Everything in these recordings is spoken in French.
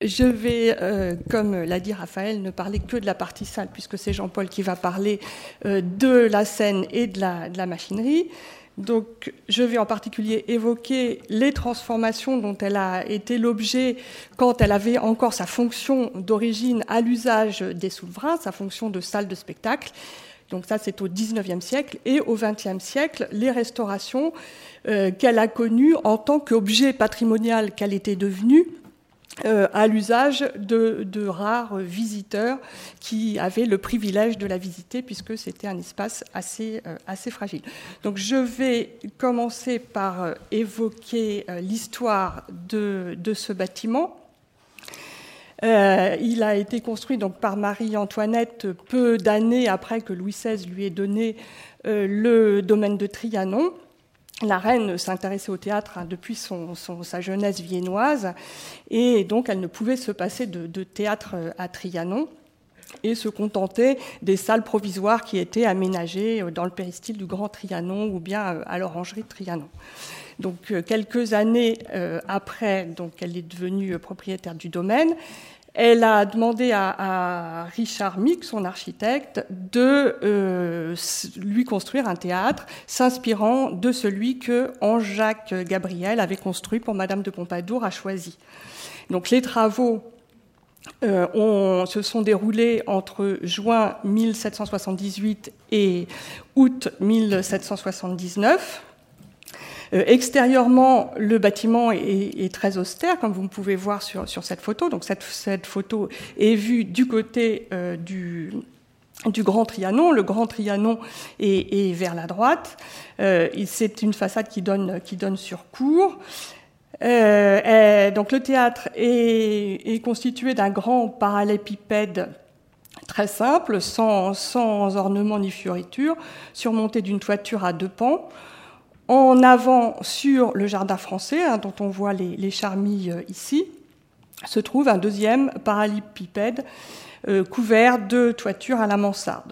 je vais, comme l'a dit Raphaël, ne parler que de la partie salle, puisque c'est Jean-Paul qui va parler de la scène et de la machinerie. Donc, je vais en particulier évoquer les transformations dont elle a été l'objet quand elle avait encore sa fonction d'origine à l'usage des souverains, sa fonction de salle de spectacle. Donc ça, c'est au XIXe siècle. Et au XXe siècle, les restaurations qu'elle a connues en tant qu'objet patrimonial qu'elle était devenue, à l'usage de rares visiteurs qui avaient le privilège de la visiter, puisque c'était un espace assez fragile. Donc je vais commencer par évoquer l'histoire de ce bâtiment. Il a été construit donc par Marie-Antoinette peu d'années après que Louis XVI lui ait donné le domaine de Trianon. La reine s'intéressait au théâtre depuis sa jeunesse viennoise, et donc elle ne pouvait se passer de théâtre à Trianon et se contenter des salles provisoires qui étaient aménagées dans le péristyle du Grand Trianon ou bien à l'orangerie de Trianon. Donc quelques années après, donc elle est devenue propriétaire du domaine. Elle a demandé à Richard Mick, son architecte, de lui construire un théâtre s'inspirant de celui que Ange-Jacques Gabriel avait construit pour Madame de Pompadour à Choisy. Donc les travaux se sont déroulés entre juin 1778 et août 1779. Extérieurement, le bâtiment est très austère, comme vous pouvez voir sur cette photo. Donc cette photo est vue du côté du Grand Trianon. Le Grand Trianon est vers la droite. C'est une façade qui donne sur cour. Donc le théâtre est constitué d'un grand parallélépipède très simple, sans ornement ni fioriture, surmonté d'une toiture à 2 pans. En avant, sur le jardin français, dont on voit les charmilles ici, se trouve un deuxième parallélépipède couvert de toiture à la mansarde.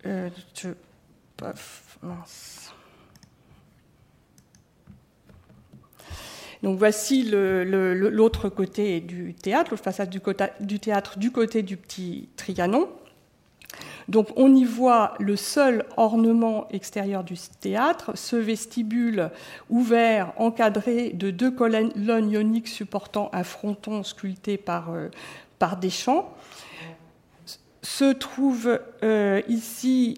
Donc voici l'autre côté du théâtre, l'autre façade du théâtre du côté du petit Trianon. Donc on y voit le seul ornement extérieur du théâtre, ce vestibule ouvert, encadré de 2 colonnes ioniques supportant un fronton sculpté par Deschamps. Se trouve ici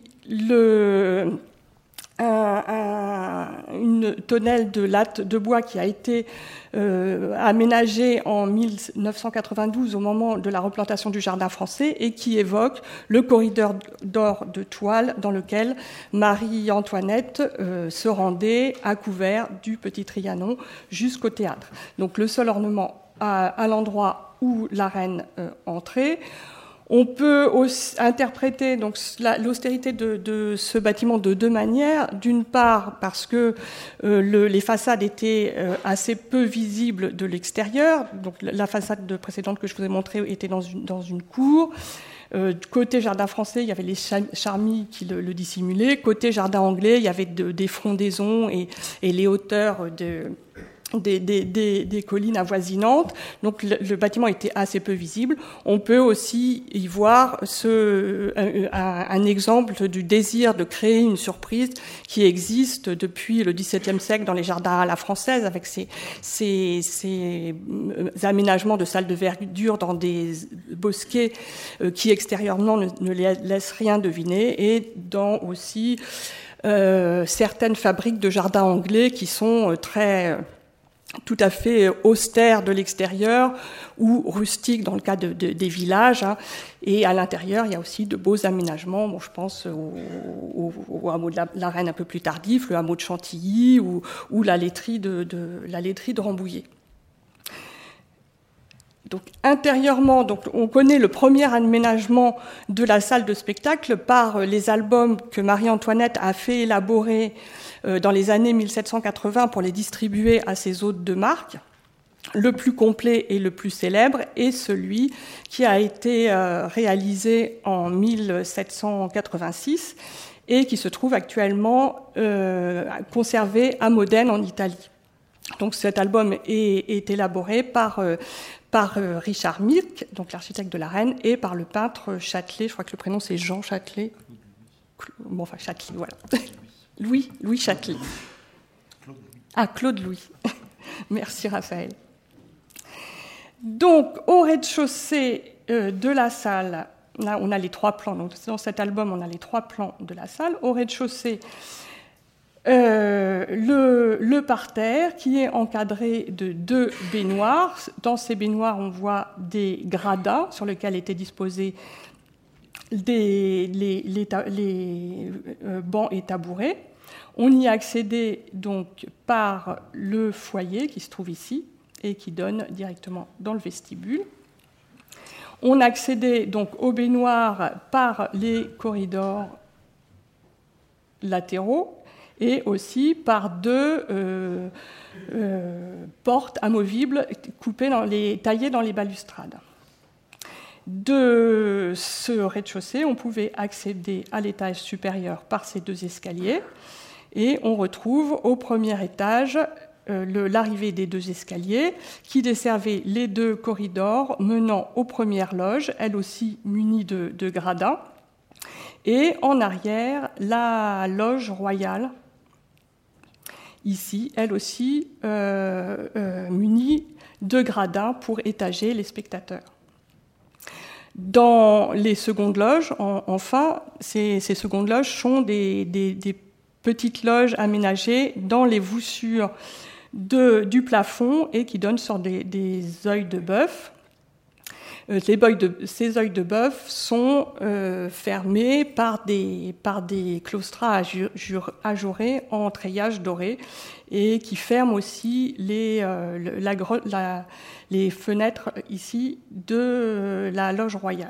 une tonnelle de lattes de bois qui a été aménagée en 1992 au moment de la replantation du jardin français et qui évoque le corridor d'or de toile dans lequel Marie-Antoinette se rendait à couvert du Petit Trianon jusqu'au théâtre. Donc le seul ornement à l'endroit où la reine entrait. On peut aussi interpréter donc l'austérité de ce bâtiment de 2 manières. D'une part, parce que les façades étaient assez peu visibles de l'extérieur. Donc la façade précédente que je vous ai montrée était dans une cour. Côté jardin français, il y avait les charmilles qui le dissimulaient. Côté jardin anglais, il y avait des frondaisons et les hauteurs des collines avoisinantes, donc le bâtiment était assez peu visible. On peut aussi y voir un exemple du désir de créer une surprise qui existe depuis le XVIIe siècle dans les jardins à la française, avec ces aménagements de salles de verdure dans des bosquets qui extérieurement ne laissent rien deviner, et dans aussi certaines fabriques de jardins anglais qui sont tout à fait austère de l'extérieur ou rustique dans le cas des villages. Et à l'intérieur, il y a aussi de beaux aménagements. Bon, je pense au hameau de la Reine un peu plus tardif, le hameau de Chantilly ou la laiterie de Rambouillet. Donc, intérieurement, donc, on connaît le premier aménagement de la salle de spectacle par les albums que Marie-Antoinette a fait élaborer dans les années 1780 pour les distribuer à ses hôtes de marque. Le plus complet et le plus célèbre est celui qui a été réalisé en 1786 et qui se trouve actuellement conservé à Modène en Italie. Donc cet album est élaboré par par Richard Milk, donc l'architecte de la reine, et par le peintre Châtelet. Je crois que le prénom c'est Jean Châtelet. Bon, enfin Châtelet, voilà. Louis Châtelet. Ah, Claude Louis. Merci Raphaël. Donc, au rez-de-chaussée de la salle, là on a les 3 plans. Donc, dans cet album, on a les 3 plans de la salle. Au rez-de-chaussée, le parterre qui est encadré de 2 baignoires. Dans ces baignoires, on voit des gradins sur lesquels étaient disposés les bancs et tabourets. On y accédait donc par le foyer qui se trouve ici et qui donne directement dans le vestibule. On accédait donc aux baignoires par les corridors latéraux et aussi par 2 portes amovibles taillées dans les balustrades. De ce rez-de-chaussée, on pouvait accéder à l'étage supérieur par ces 2 escaliers et on retrouve au premier étage l'arrivée des 2 escaliers qui desservaient les 2 corridors menant aux premières loges, elles aussi munies de gradins, et en arrière la loge royale, ici, elle aussi munie de gradins pour étager les spectateurs. Dans les secondes loges, enfin, ces secondes loges sont des petites loges aménagées dans les voussures du plafond et qui donnent sur des œils de bœuf. Ces œils de bœuf sont fermés par des claustras ajourés en treillage doré et qui ferment aussi les fenêtres ici de la loge royale.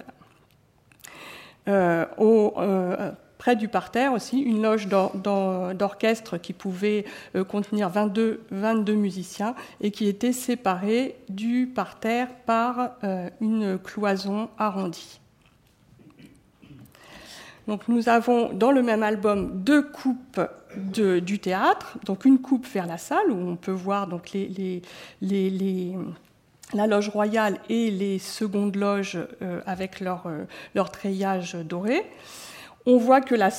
Près du parterre aussi, une loge d'orchestre qui pouvait contenir 22 musiciens et qui était séparée du parterre par une cloison arrondie. Donc nous avons dans le même album 2 coupes du théâtre, donc une coupe vers la salle où on peut voir donc la loge royale et les secondes loges avec leur treillage doré. On voit que la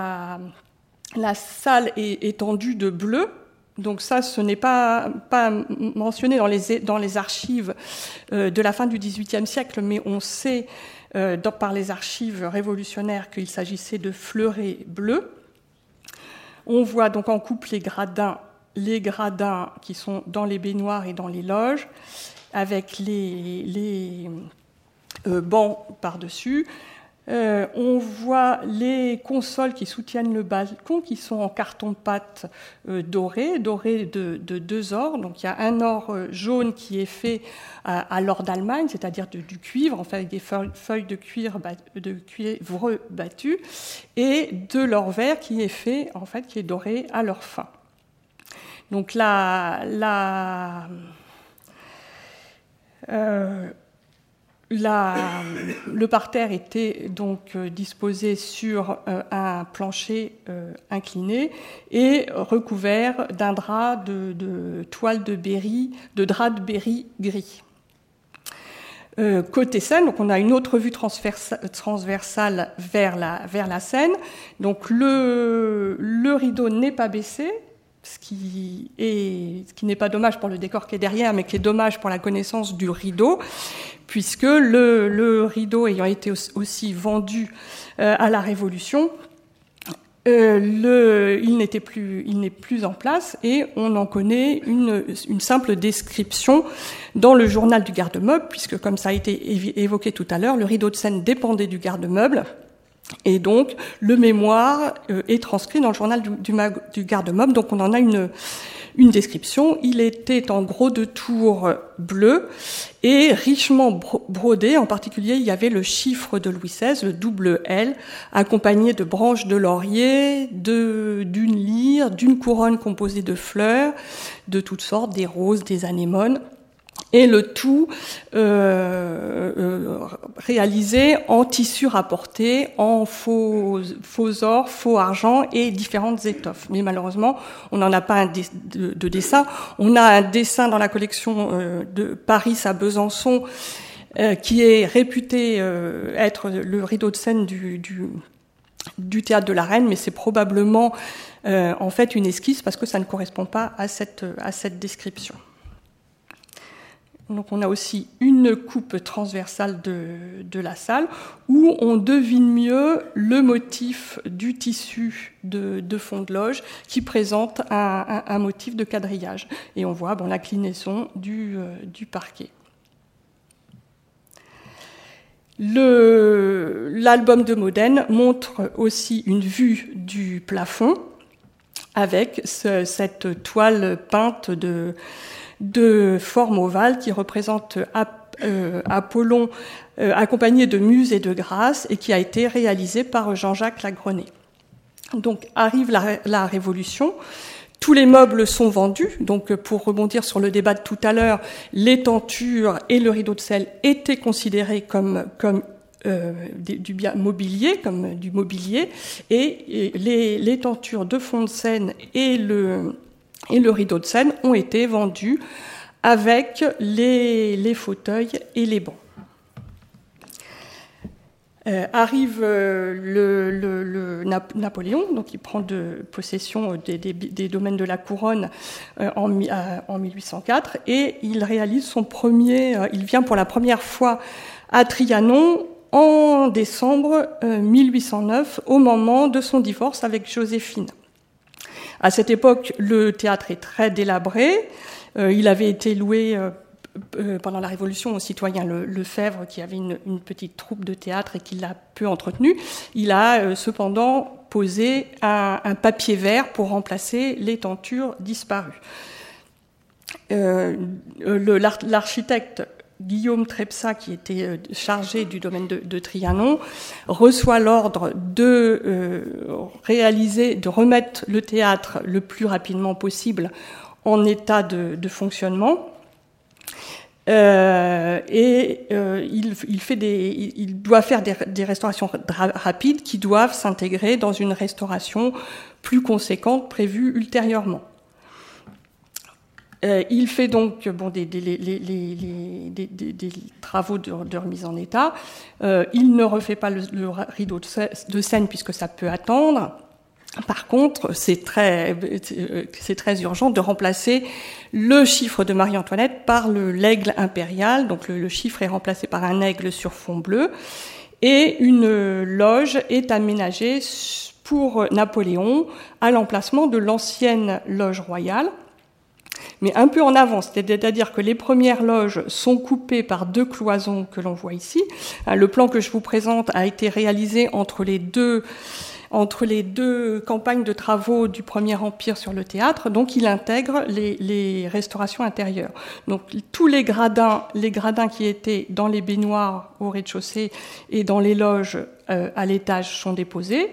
salle est étendue de bleu. Donc ça, ce n'est pas mentionné dans les archives de la fin du XVIIIe siècle, mais on sait par les archives révolutionnaires qu'il s'agissait de fleurets bleus. On voit donc en couple les gradins qui sont dans les baignoires et dans les loges, avec les bancs par-dessus. On voit les consoles qui soutiennent le balcon, qui sont en carton-pâte doré de 2 ors. Donc il y a un or jaune qui est fait à l'or d'Allemagne, c'est-à-dire du cuivre, en fait avec des feuilles de cuivre battues, et de l'or vert qui est fait, en fait, qui est doré à l'or fin. Donc le parterre était donc disposé sur un plancher incliné et recouvert d'un drap de toile de Berry, de drap de Berry gris. Côté scène, donc on a une autre vue transversale vers la scène. Donc le rideau n'est pas baissé, ce qui n'est pas dommage pour le décor qui est derrière, mais qui est dommage pour la connaissance du rideau, puisque le rideau ayant été aussi vendu à la Révolution, il n'est plus en place et on en connaît une simple description dans le journal du garde-meuble, puisque comme ça a été évoqué tout à l'heure, le rideau de scène dépendait du garde-meuble. Et donc, le mémoire est transcrit dans le journal du garde-meuble. Donc, on en a une description. Il était en gros de tours bleu et richement brodé. En particulier, il y avait le chiffre de Louis XVI, le double L, accompagné de branches de laurier, d'une lyre, d'une couronne composée de fleurs de toutes sortes, des roses, des anémones. Et le tout réalisés en tissu rapporté, en faux or, faux argent et différentes étoffes. Mais malheureusement, on n'en a pas de dessin. On a un dessin dans la collection de Paris à Besançon qui est réputé être le rideau de scène du théâtre de la Reine, mais c'est probablement en fait une esquisse parce que ça ne correspond pas à cette description. Donc on a aussi une coupe transversale de la salle où on devine mieux le motif du tissu de fond de loge qui présente un motif de quadrillage. Et on voit l'inclinaison du parquet. L'album de Modène montre aussi une vue du plafond avec cette toile peinte de forme ovale qui représente Apollon accompagné de Muse et de Grâce et qui a été réalisée par Jean-Jacques Lagrenet. Donc arrive la Révolution, tous les meubles sont vendus, donc pour rebondir sur le débat de tout à l'heure, les tentures et le rideau de selle étaient considérés comme du bien mobilier, comme du mobilier, et les tentures de fond de scène et le rideau de scène ont été vendus avec les fauteuils et les bancs. Arrive Napoléon, donc il prend possession des domaines de la couronne en 1804 et il réalise il vient pour la première fois à Trianon en décembre 1809 au moment de son divorce avec Joséphine. À cette époque, le théâtre est très délabré. Il avait été loué pendant la Révolution au citoyen Lefebvre, qui avait une petite troupe de théâtre et qui l'a peu entretenu. Il a cependant posé un papier vert pour remplacer les tentures disparues. L'architecte Guillaume Trepsat, qui était chargé du domaine de Trianon, reçoit l'ordre de remettre le théâtre le plus rapidement possible en état de fonctionnement. Il doit faire des restaurations rapides qui doivent s'intégrer dans une restauration plus conséquente prévue ultérieurement. Il fait donc des travaux de remise en état. Il ne refait pas le rideau de scène puisque ça peut attendre. Par contre, c'est très urgent de remplacer le chiffre de Marie-Antoinette par l'aigle impérial. Donc le chiffre est remplacé par un aigle sur fond bleu. Et une loge est aménagée pour Napoléon à l'emplacement de l'ancienne loge royale, mais un peu en avance, c'est-à-dire que les premières loges sont coupées par deux cloisons que l'on voit ici. Le plan que je vous présente a été réalisé entre les deux campagnes de travaux du Premier Empire sur le théâtre, donc il intègre les restaurations intérieures. Donc tous les gradins qui étaient dans les baignoires au rez-de-chaussée et dans les loges à l'étage sont déposés.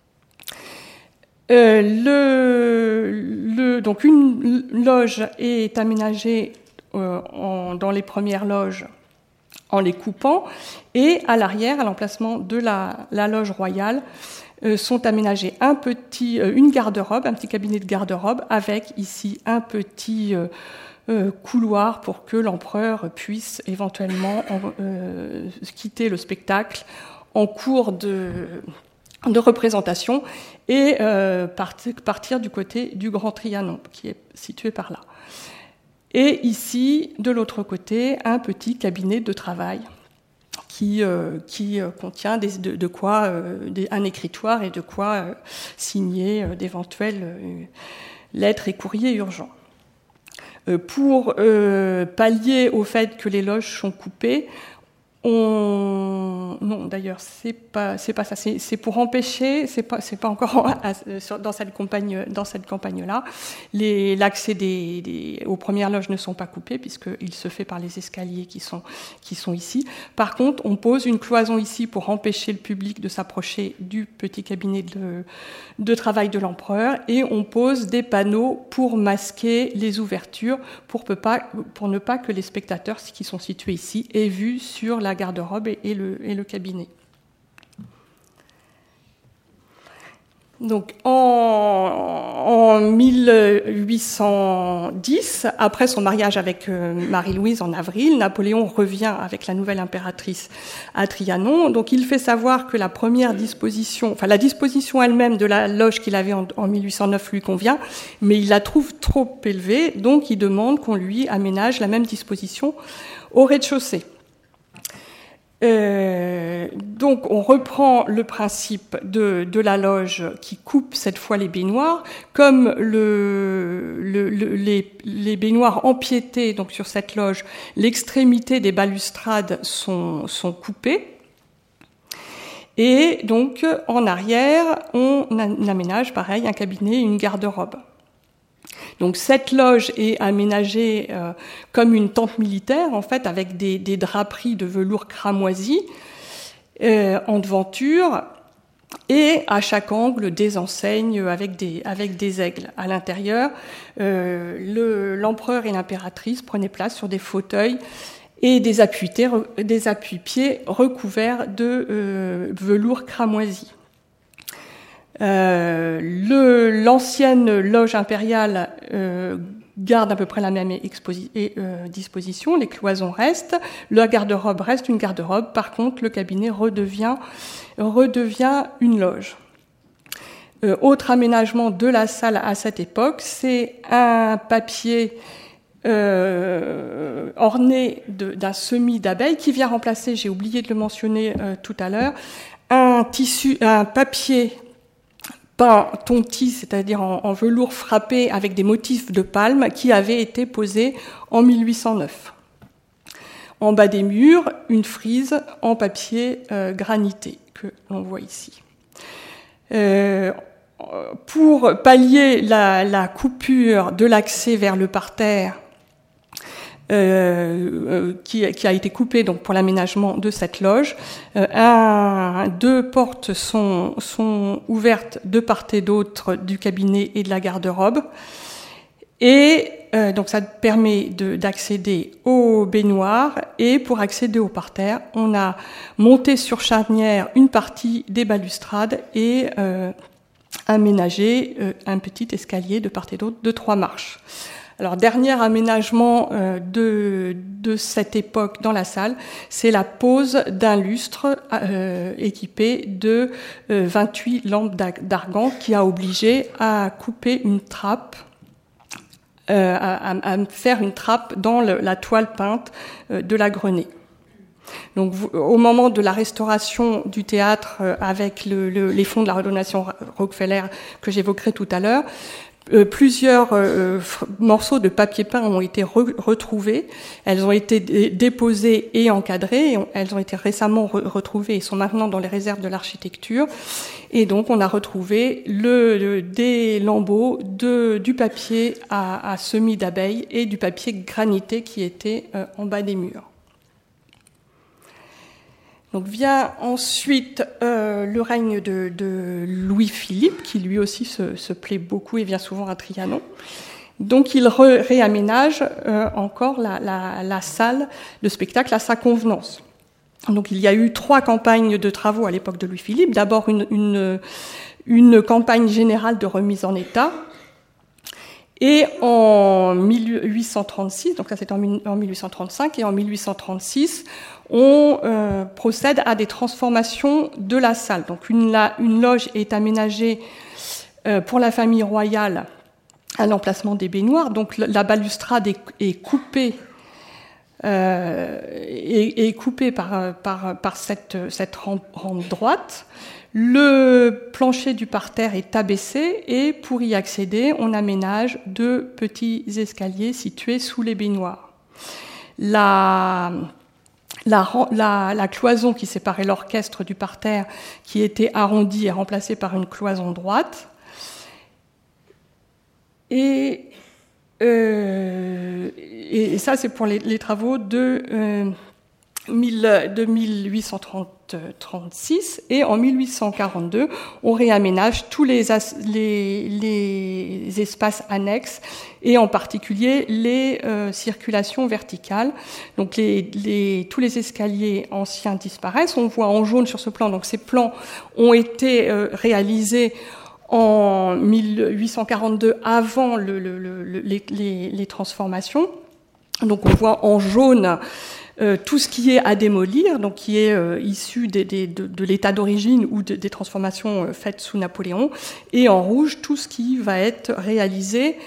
Donc une loge est aménagée dans les premières loges en les coupant, et à l'arrière, à l'emplacement de la loge royale, sont aménagés une garde-robe, un petit cabinet de garde-robe, avec ici un petit couloir pour que l'empereur puisse éventuellement quitter le spectacle en cours de représentation et partir du côté du Grand Trianon, qui est situé par là. Et ici, de l'autre côté, un petit cabinet de travail qui contient un écritoire et de quoi signer d'éventuelles lettres et courriers urgents. Pour pallier au fait que les loges sont coupées, non, d'ailleurs, c'est pas ça. C'est pour empêcher. C'est pas encore dans cette campagne-là. L'accès aux premières loges ne sont pas coupés puisqu'il se fait par les escaliers qui sont ici. Par contre, on pose une cloison ici pour empêcher le public de s'approcher du petit cabinet de travail de l'empereur, et on pose des panneaux pour masquer les ouvertures pour ne pas que les spectateurs qui sont situés ici aient vue sur la la garde-robe et le cabinet. Donc, en 1810, après son mariage avec Marie-Louise en avril, Napoléon revient avec la nouvelle impératrice à Trianon. Donc, il fait savoir que la première disposition, enfin la disposition elle-même de la loge qu'il avait en 1809 lui convient, mais il la trouve trop élevée, donc il demande qu'on lui aménage la même disposition au rez-de-chaussée. Donc on reprend le principe de la loge qui coupe cette fois les baignoires, comme les baignoires empiétées donc sur cette loge, l'extrémité des balustrades sont coupées. Et donc en arrière, on aménage pareil un cabinet et une garde-robe. Donc cette loge est aménagée comme une tente militaire, en fait, avec des draperies de velours cramoisi en devanture, et à chaque angle des enseignes avec des aigles. À l'intérieur, l'empereur et l'impératrice prenaient place sur des fauteuils et des appuis-pieds recouverts de velours cramoisi. L'ancienne loge impériale garde à peu près la même disposition, les cloisons restent, la garde-robe reste une garde-robe, par contre le cabinet redevient une loge. Autre aménagement de la salle à cette époque, c'est un papier orné d'un semis d'abeilles qui vient remplacer, j'ai oublié de le mentionner tout à l'heure, un papier peint tonti, c'est-à-dire en velours frappé avec des motifs de palme, qui avait été posé en 1809. En bas des murs, une frise en papier granité que l'on voit ici. Pour pallier la coupure de l'accès vers le parterre, qui a été coupé donc pour l'aménagement de cette loge. Deux portes sont ouvertes de part et d'autre du cabinet et de la garde-robe. Et donc ça permet d'accéder aux baignoires, et pour accéder au parterre, on a monté sur charnière une partie des balustrades et aménagé un petit escalier de part et d'autre de 3 marches. Alors, dernier aménagement de cette époque dans la salle, c'est la pose d'un lustre équipé de 28 lampes d'argan qui a obligé à couper une trappe, à faire une trappe dans la toile peinte de la Grenée. Donc, au moment de la restauration du théâtre avec les fonds de la redonation Rockefeller que j'évoquerai tout à l'heure, plusieurs morceaux de papier peint ont été retrouvés. Elles ont été déposées et encadrées. Elles ont été récemment retrouvées et sont maintenant dans les réserves de l'architecture. Et donc, on a retrouvé des lambeaux du papier à semis d'abeilles et du papier granité qui était en bas des murs. Donc vient ensuite le règne de Louis-Philippe, qui lui aussi se plaît beaucoup et vient souvent à Trianon. Donc il réaménage encore la salle de spectacle à sa convenance. Donc il y a eu 3 campagnes de travaux à l'époque de Louis-Philippe. D'abord une campagne générale de remise en état. Et en 1836, donc ça c'était en 1835, et en 1836, on procède à des transformations de la salle. Donc une loge est aménagée pour la famille royale à l'emplacement des baignoires. Donc la balustrade est coupée par cette rampe droite. Le plancher du parterre est abaissé et pour y accéder, on aménage 2 petits escaliers situés sous les baignoires. La cloison qui séparait l'orchestre du parterre, qui était arrondie, est remplacée par une cloison droite. Et ça, c'est pour les travaux de de 1836, et en 1842, on réaménage tous les espaces annexes, et en particulier les circulations verticales. Donc tous les escaliers anciens disparaissent. On voit en jaune sur ce plan, donc ces plans ont été réalisés en 1842, avant les transformations. Donc on voit en jaune tout ce qui est à démolir, donc qui est issu de l'état d'origine ou des transformations faites sous Napoléon, et en rouge tout ce qui va être réalisé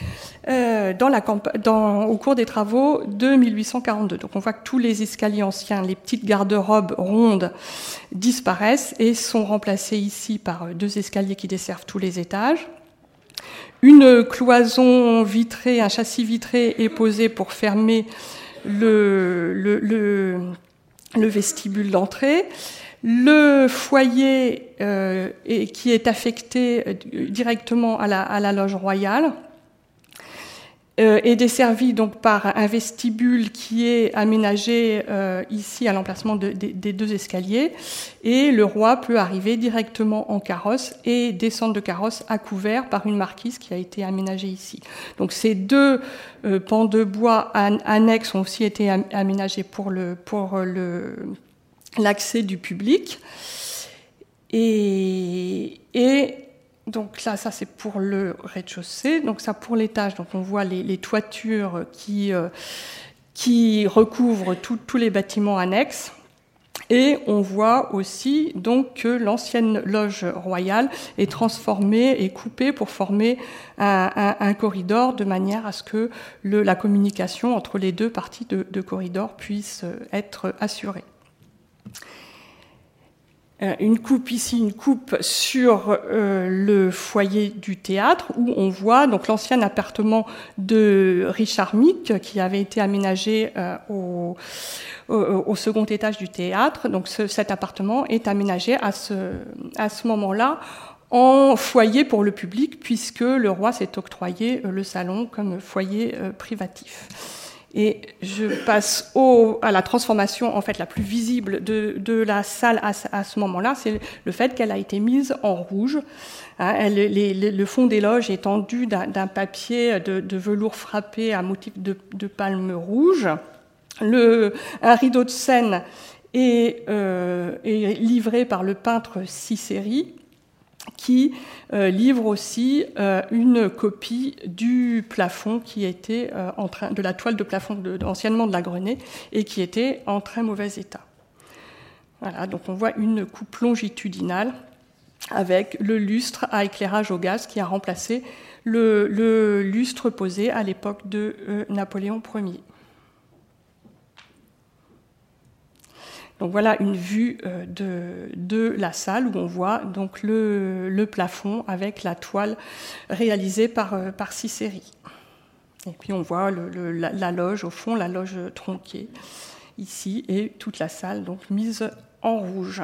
au cours des travaux de 1842. Donc on voit que tous les escaliers anciens, les petites garde-robes rondes, disparaissent et sont remplacés ici par 2 escaliers qui desservent tous les étages. Une cloison vitrée, un châssis vitré est posé pour fermer le vestibule d'entrée. Le foyer qui est affecté directement à la loge royale est desservi donc par un vestibule qui est aménagé ici à l'emplacement des 2 escaliers, et le roi peut arriver directement en carrosse et descendre de carrosse à couvert par une marquise qui a été aménagée ici. Donc ces 2 pans de bois annexes ont aussi été aménagés pour l'accès du public, et donc là, ça c'est pour le rez-de-chaussée. Donc ça pour l'étage. Donc on voit les toitures qui recouvrent tous les bâtiments annexes. Et on voit aussi donc que l'ancienne loge royale est transformée et coupée pour former un corridor, de manière à ce que la communication entre les 2 parties de corridor puisse être assurée. Une coupe ici, une coupe sur le foyer du théâtre, où on voit donc l'ancien appartement de Richard Mick, qui avait été aménagé au second étage du théâtre. Donc cet appartement est aménagé à ce moment-là en foyer pour le public, puisque le roi s'est octroyé le salon comme foyer privatif. Et je passe à la transformation en fait la plus visible de la salle à ce moment-là, c'est le fait qu'elle a été mise en rouge. Le fond des loges est tendu d'un papier de velours frappé à motif de palme rouge. Un rideau de scène est livré par le peintre Cicéry, qui livre aussi une copie du plafond qui était de la toile de plafond anciennement de la Grenée, et qui était en très mauvais état. Voilà, donc on voit une coupe longitudinale avec le lustre à éclairage au gaz qui a remplacé le lustre posé à l'époque de Napoléon Ier. Donc voilà une vue de la salle, où on voit donc le plafond avec la toile réalisée par Cicéry. Et puis on voit la loge au fond, la loge tronquée ici, et toute la salle donc mise en rouge.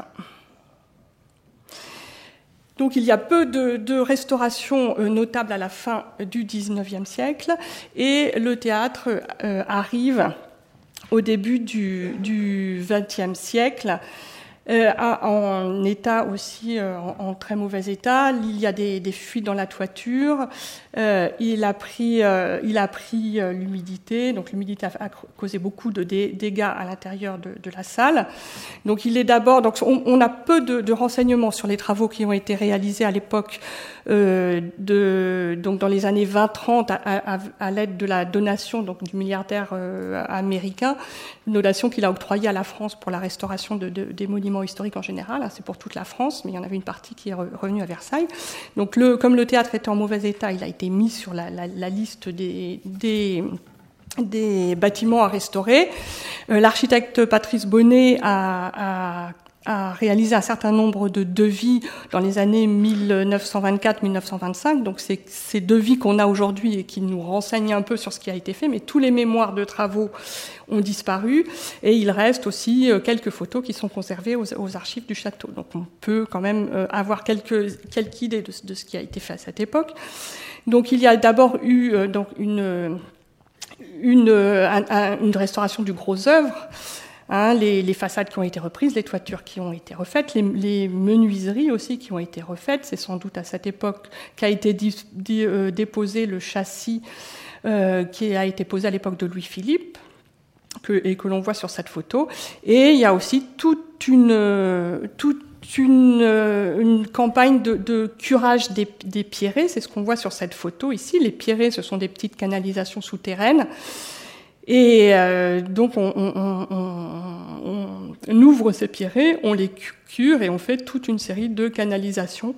Donc il y a peu de restaurations notables à la fin du XIXe siècle, et le théâtre arrive au début du XXe siècle, en état aussi, en très mauvais état. Il y a des fuites dans la toiture. Il a pris l'humidité. Donc l'humidité a causé beaucoup de dégâts à l'intérieur de la salle. Donc il est d'abord. Donc on a peu de renseignements sur les travaux qui ont été réalisés à l'époque, donc dans les années 20-30, à l'aide de la donation donc du milliardaire américain, une donation qu'il a octroyée à la France pour la restauration des monuments historiques en général. C'est pour toute la France, mais il y en avait une partie qui est revenue à Versailles. Donc comme le théâtre était en mauvais état, il a été mis sur la liste des bâtiments à restaurer. L'architecte Patrice Bonnet a réalisé un certain nombre de devis dans les années 1924-1925. Donc c'est ces devis qu'on a aujourd'hui et qui nous renseignent un peu sur ce qui a été fait, mais tous les mémoires de travaux ont disparu, et il reste aussi quelques photos qui sont conservées aux archives du château. Donc on peut quand même avoir quelques idées de ce qui a été fait à cette époque. Donc il y a d'abord eu donc une restauration du gros œuvre, les façades qui ont été reprises, les toitures qui ont été refaites, les menuiseries aussi qui ont été refaites. C'est sans doute à cette époque qu'a été déposé le châssis qui a été posé à l'époque de Louis-Philippe et que l'on voit sur cette photo. Et il y a aussi toute une campagne de curage des pierrets. C'est ce qu'on voit sur cette photo ici. Les pierrets, ce sont des petites canalisations souterraines. Et donc, on ouvre ces pierrets, on les cure et on fait toute une série de canalisations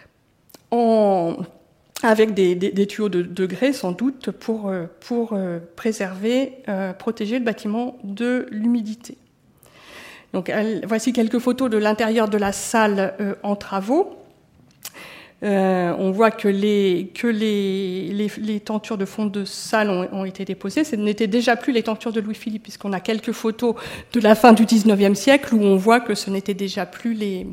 avec des tuyaux de grès, sans doute, pour préserver, protéger le bâtiment de l'humidité. Donc, voici quelques photos de l'intérieur de la salle en travaux. On voit que les tentures de fond de salle ont été déposées. Ce n'étaient déjà plus les tentures de Louis-Philippe, puisqu'on a quelques photos de la fin du XIXe siècle où on voit que ce n'était déjà plus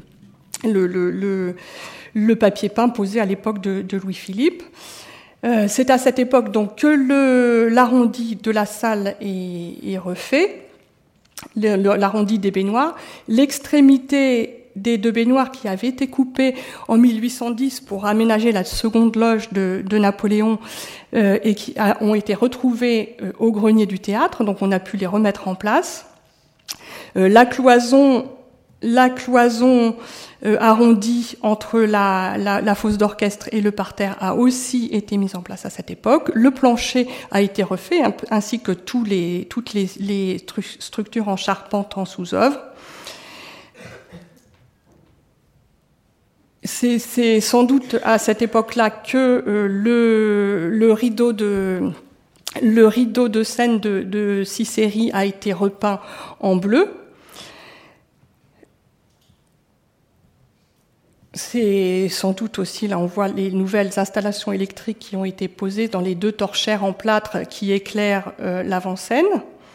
le papier peint posé à l'époque de Louis-Philippe. C'est à cette époque donc que l'arrondi de la salle est refait, l'arrondi des baignoires. L'extrémité des deux baignoires qui avaient été coupées en 1810 pour aménager la seconde loge de Napoléon et qui ont été retrouvées au grenier du théâtre, donc on a pu les remettre en place. La cloison arrondie entre la fosse d'orchestre et le parterre a aussi été mise en place à cette époque. Le plancher a été refait, ainsi que toutes les structures en charpente en sous-œuvre. C'est sans doute à cette époque-là que le rideau de scène de Cicérie a été repeint en bleu. C'est sans doute aussi, là on voit les nouvelles installations électriques qui ont été posées dans les deux torchères en plâtre qui éclairent l'avant-scène.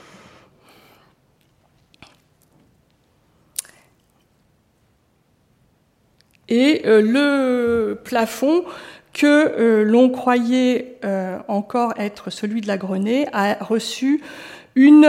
Et le plafond que l'on croyait encore être celui de la Grenée a reçu une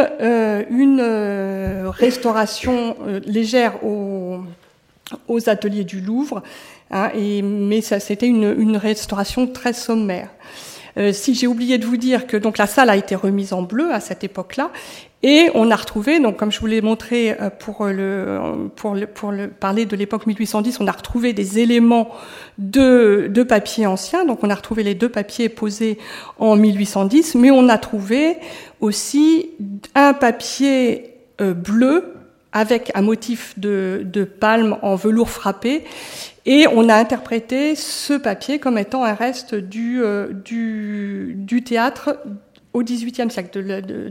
restauration légère aux ateliers du Louvre, mais ça c'était une restauration très sommaire. Si j'ai oublié de vous dire que donc la salle a été remise en bleu à cette époque-là, et on a retrouvé, donc comme je vous l'ai montré pour parler de l'époque 1810, on a retrouvé des éléments de papier ancien. Donc on a retrouvé les deux papiers posés en 1810, mais on a trouvé aussi un papier bleu avec un motif de palme en velours frappé. Et on a interprété ce papier comme étant un reste du théâtre au XVIIIe siècle,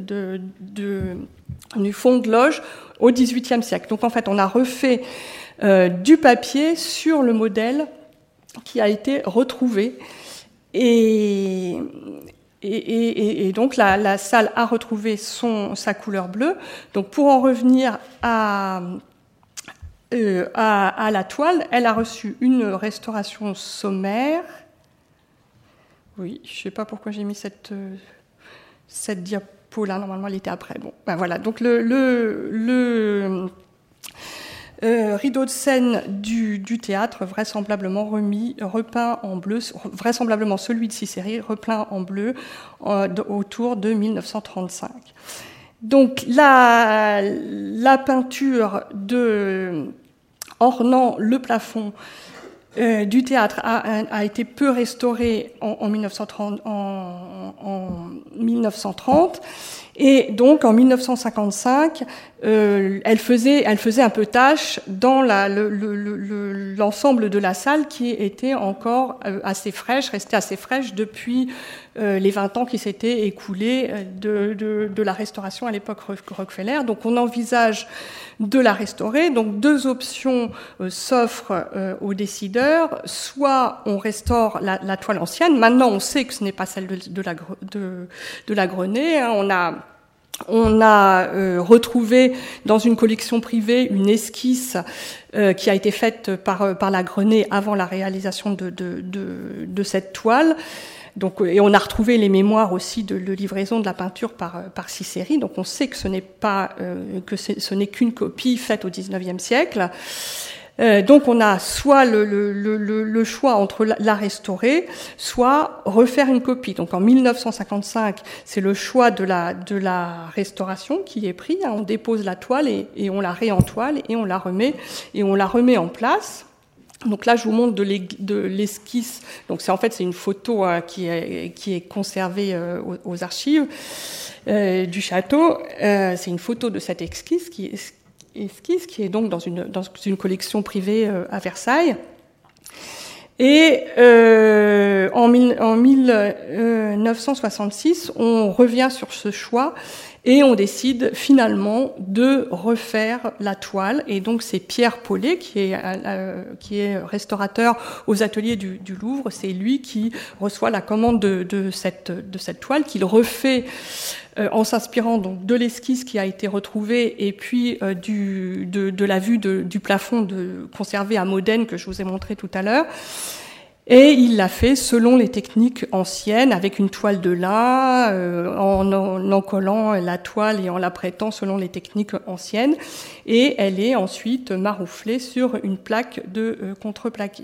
du fond de loge au XVIIIe siècle. Donc en fait, on a refait du papier sur le modèle qui a été retrouvé. Et donc la salle a retrouvé sa couleur bleue. Donc pour en revenir à la toile, elle a reçu une restauration sommaire. Oui, je ne sais pas pourquoi j'ai mis cette diapo là, normalement elle était après. Bon, ben voilà. Donc le rideau de scène du théâtre, vraisemblablement repeint en bleu, vraisemblablement celui de Cicérie, repeint en bleu autour de 1935. Donc la peinture ornant le plafond du théâtre a été peu restaurée en 1930, et donc en 1955 elle faisait un peu tâche dans l'ensemble de la salle qui était encore assez fraîche, restée assez fraîche depuis les 20 ans qui s'étaient écoulés de la restauration à l'époque Rockefeller. Donc on envisage de la restaurer. Donc deux options s'offrent aux décideurs. Soit on restaure la toile ancienne. Maintenant on sait que ce n'est pas celle de la Grenée. On a retrouvé dans une collection privée une esquisse qui a été faite par la Grenée avant la réalisation de cette toile. Donc, et on a retrouvé les mémoires aussi de livraison de la peinture par Cicéry. Donc on sait que ce n'est qu'une copie faite au XIXe siècle. Donc on a soit le choix entre la restaurer, soit refaire une copie. Donc en 1955, c'est le choix de la restauration qui est pris. On dépose la toile et on la réentoile et on la remet en place. Donc là, je vous montre de l'esquisse. Donc c'est une photo qui est conservée aux archives du château. C'est une photo de cette esquisse qui est donc dans une collection privée à Versailles. Et en 1966, on revient sur ce choix et on décide finalement de refaire la toile. Et donc c'est Pierre Paulet, qui est restaurateur aux ateliers du Louvre, c'est lui qui reçoit la commande de cette toile, qu'il refait en s'inspirant donc de l'esquisse qui a été retrouvée et puis de la vue du plafond conservé à Modène que je vous ai montré tout à l'heure. Et il l'a fait selon les techniques anciennes, avec une toile de lin, en collant la toile et en la prêtant selon les techniques anciennes. Et elle est ensuite marouflée sur une plaque de contreplaqué.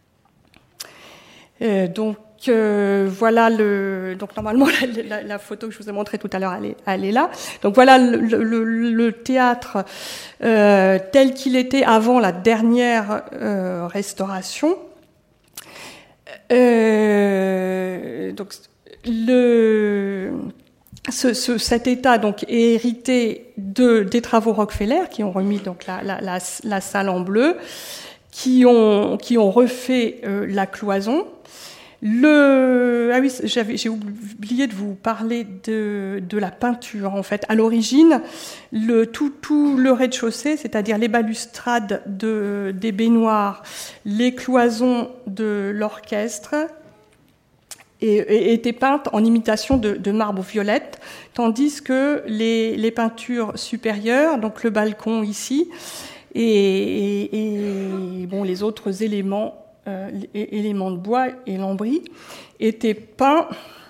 Donc voilà donc normalement la photo que je vous ai montrée tout à l'heure, elle est là. Donc voilà le théâtre tel qu'il était avant la dernière restauration. Donc cet état donc est hérité des travaux Rockefeller qui ont remis donc la salle en bleu, qui ont refait la cloison. Ah oui, j'ai oublié de vous parler de la peinture. En fait, à l'origine, tout le rez-de-chaussée, c'est-à-dire les balustrades des baignoires, les cloisons de l'orchestre, étaient peintes en imitation de marbre violette, tandis que les peintures supérieures, donc le balcon ici, et les autres éléments de bois et lambris étaient peints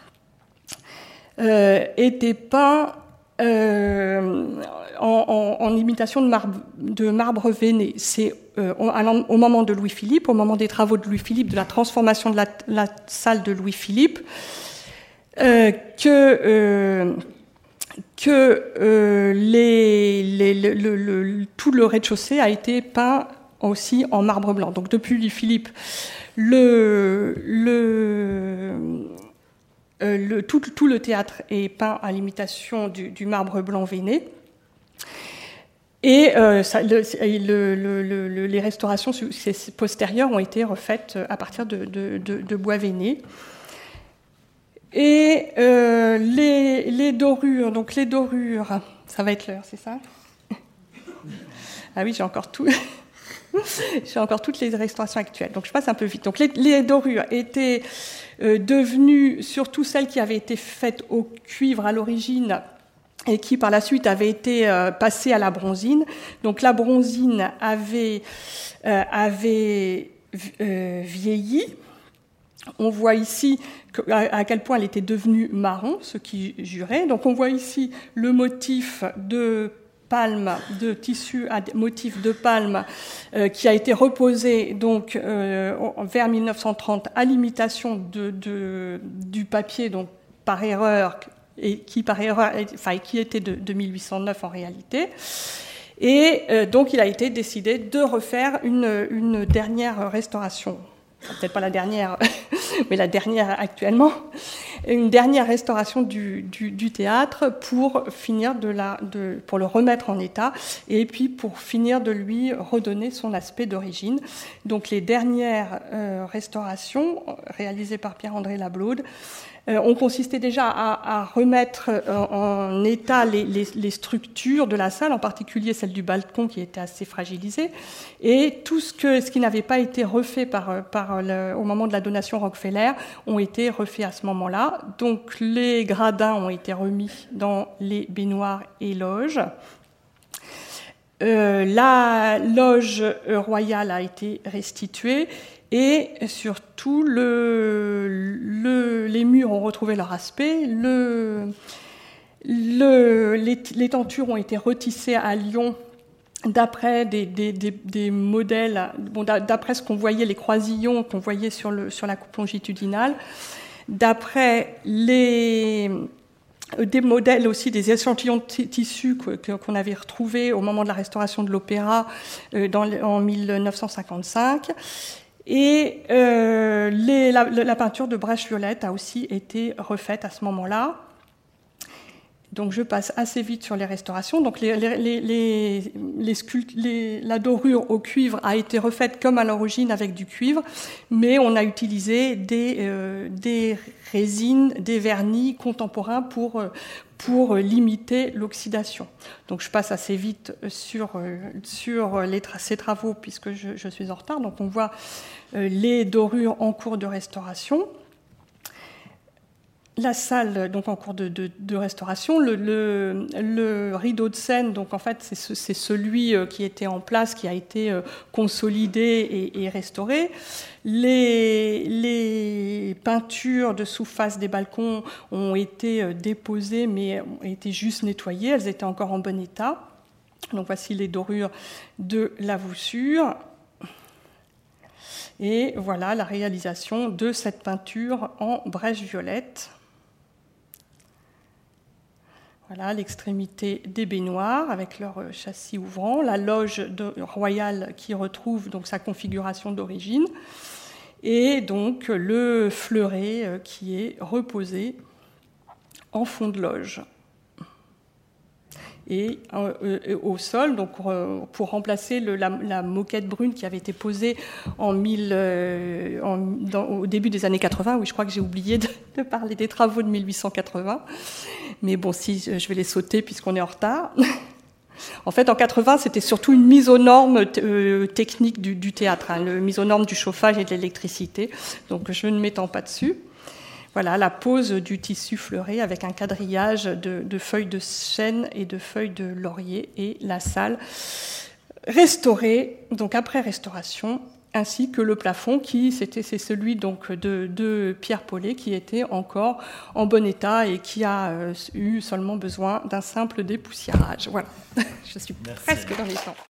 en imitation de marbre veiné. C'est au moment de Louis-Philippe, au moment des travaux de Louis-Philippe, de la transformation de la salle de Louis-Philippe, que tout le rez-de-chaussée a été peint aussi en marbre blanc. Donc depuis Louis-Philippe, tout le théâtre est peint à l'imitation du marbre blanc veiné. Et les restaurations postérieures ont été refaites à partir de bois veiné. Et les dorures, ça va être l'heure, c'est ça? Ah oui, j'ai encore tout. J'ai encore toutes les restaurations actuelles, donc je passe un peu vite. Donc les dorures étaient devenues, surtout celles qui avaient été faites au cuivre à l'origine et qui par la suite avaient été passées à la bronzine. Donc la bronzine avait vieilli. On voit ici à quel point elle était devenue marron, ce qui jurait. Donc on voit ici le motif de tissu à motif de palme qui a été reposé donc vers 1930 à l'imitation du papier, donc par erreur, et qui était de 1809 en réalité. Et donc il a été décidé de refaire une dernière restauration. Peut-être pas la dernière, mais la dernière actuellement, une dernière restauration du théâtre pour finir pour le remettre en état et puis pour finir de lui redonner son aspect d'origine. Donc les dernières restaurations réalisées par Pierre-André Lablaude ont consisté déjà à remettre en état les structures de la salle, en particulier celle du balcon qui était assez fragilisée, et tout ce qui n'avait pas été refait au moment de la donation Rockefeller ont été refaits à ce moment-là. Donc les gradins ont été remis dans les baignoires et loges. La loge royale a été restituée et surtout les murs ont retrouvé leur aspect. Les tentures ont été retissées à Lyon d'après des modèles, d'après ce qu'on voyait, les croisillons qu'on voyait sur la coupe longitudinale, d'après des modèles aussi, des échantillons de tissus qu'on avait retrouvés au moment de la restauration de l'opéra en 1955. Et la peinture de Brèche-Violette a aussi été refaite à ce moment-là. Donc je passe assez vite sur les restaurations. Donc la dorure au cuivre a été refaite comme à l'origine avec du cuivre, mais on a utilisé des résines, des vernis contemporains pour limiter l'oxydation. Donc je passe assez vite sur ces travaux puisque je suis en retard. Donc on voit les dorures en cours de restauration. La salle, donc en cours de restauration, le rideau de scène, donc en fait c'est celui qui était en place, qui a été consolidé et restauré. Les peintures de sous-face des balcons ont été déposées, mais ont été juste nettoyées. Elles étaient encore en bon état. Donc voici les dorures de la voussure. Et voilà la réalisation de cette peinture en Brèche-Violette. Voilà l'extrémité des baignoires avec leur châssis ouvrant, la loge royale qui retrouve donc sa configuration d'origine, et donc le fleuret qui est reposé en fond de loge. Et au sol, donc pour remplacer la moquette brune qui avait été posée au début des années 80. Oui, je crois que j'ai oublié de parler des travaux de 1880. Mais bon, si je vais les sauter puisqu'on est en retard. En fait, en 80, c'était surtout une mise aux normes techniques du théâtre, la mise aux normes du chauffage et de l'électricité. Donc je ne m'étends pas dessus. Voilà la pose du tissu fleuré avec un quadrillage de feuilles de chêne et de feuilles de laurier et la salle restaurée, donc après restauration, ainsi que le plafond c'est celui donc de Pierre Paulet qui était encore en bon état et qui a eu seulement besoin d'un simple dépoussiérage. Voilà, je suis presque dans les temps.